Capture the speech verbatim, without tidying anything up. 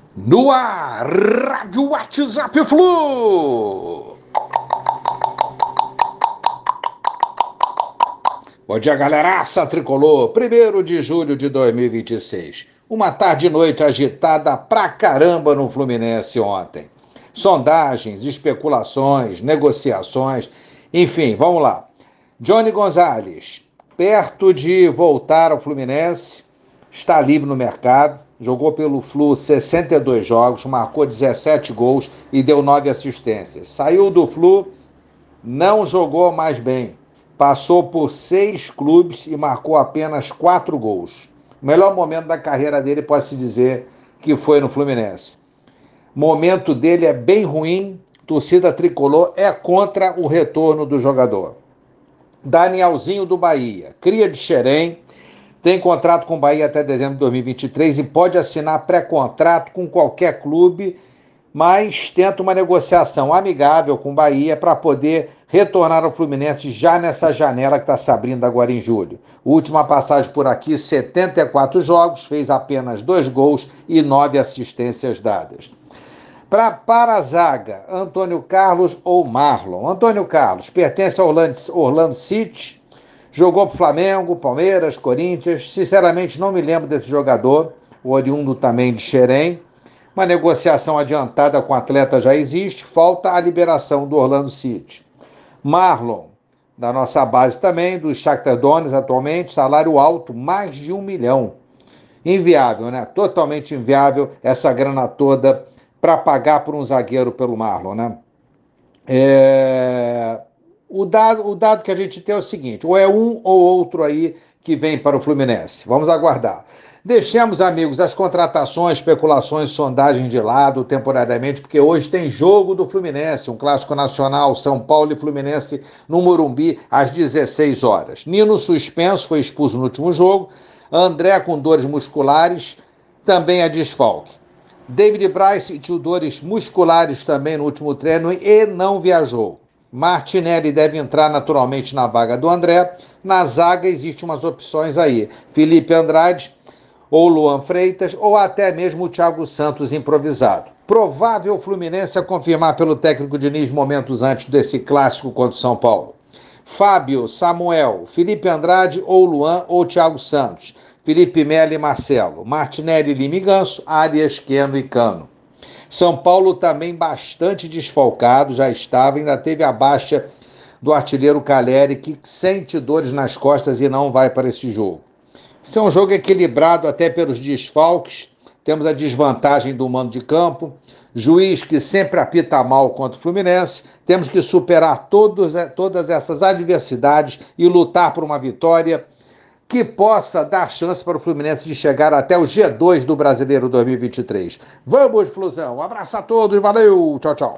No ar, Rádio WhatsApp Flu. Bom dia, galeraça tricolor. primeiro de julho de dois mil e vinte e seis. Uma tarde e noite agitada pra caramba no Fluminense ontem. Sondagens, especulações, negociações, enfim, vamos lá. Johnny Gonzalez, perto de voltar ao Fluminense, está livre no mercado, jogou pelo Flu sessenta e dois jogos, marcou dezessete gols e deu nove assistências. Saiu do Flu, não jogou mais bem. Passou por seis clubes e marcou apenas quatro gols. O melhor momento da carreira dele pode-se dizer que foi no Fluminense. Momento dele é bem ruim, torcida tricolor é contra o retorno do jogador. Danielzinho do Bahia, cria de Xerém, tem contrato com o Bahia até dezembro de dois mil e vinte e três e pode assinar pré-contrato com qualquer clube, mas tenta uma negociação amigável com o Bahia para poder retornar ao Fluminense já nessa janela que está se abrindo agora em julho. Última passagem por aqui, setenta e quatro jogos, fez apenas dois gols e nove assistências dadas. Pra, para a zaga, Antônio Carlos ou Marlon. Antônio Carlos pertence ao Orlando, Orlando City, jogou para o Flamengo, Palmeiras, Corinthians. Sinceramente, não me lembro desse jogador, o oriundo também de Xerém. Uma negociação adiantada com o atleta já existe, falta a liberação do Orlando City. Marlon, da nossa base também, do Shakhtar Donetsk atualmente, salário alto, mais de um milhão. Inviável, né? Totalmente inviável essa grana toda para pagar por um zagueiro pelo Marlon, né? É... O, dado, o dado que a gente tem é o seguinte, ou é um ou outro aí que vem para o Fluminense. Vamos aguardar. Deixemos, amigos, as contratações, especulações, sondagens de lado temporariamente, porque hoje tem jogo do Fluminense, um clássico nacional, São Paulo e Fluminense no Morumbi, às dezesseis horas. Nino suspenso, foi expulso no último jogo. André com dores musculares, também é desfalque. David Braz sentiu dores musculares também no último treino e não viajou. Martinelli deve entrar naturalmente na vaga do André. Na zaga existem umas opções aí. Felipe Andrade ou Luan Freitas ou até mesmo o Thiago Santos improvisado. Provável Fluminense a confirmar pelo técnico Diniz momentos antes desse clássico contra o São Paulo. Fábio, Samuel, Felipe Andrade ou Luan ou Thiago Santos. Felipe Melo e Marcelo, Martinelli, Lima e Ganso, Arias, Keno e Cano. São Paulo também bastante desfalcado, já estava, ainda teve a baixa do artilheiro Caleri, que sente dores nas costas e não vai para esse jogo. Esse é um jogo equilibrado até pelos desfalques, temos a desvantagem do mando de campo, juiz que sempre apita mal contra o Fluminense, temos que superar todos, todas essas adversidades e lutar por uma vitória que possa dar chance para o Fluminense de chegar até o G dois do Brasileiro dois mil e vinte e três. Vamos, Flusão! Um abraço a todos, valeu, tchau, tchau.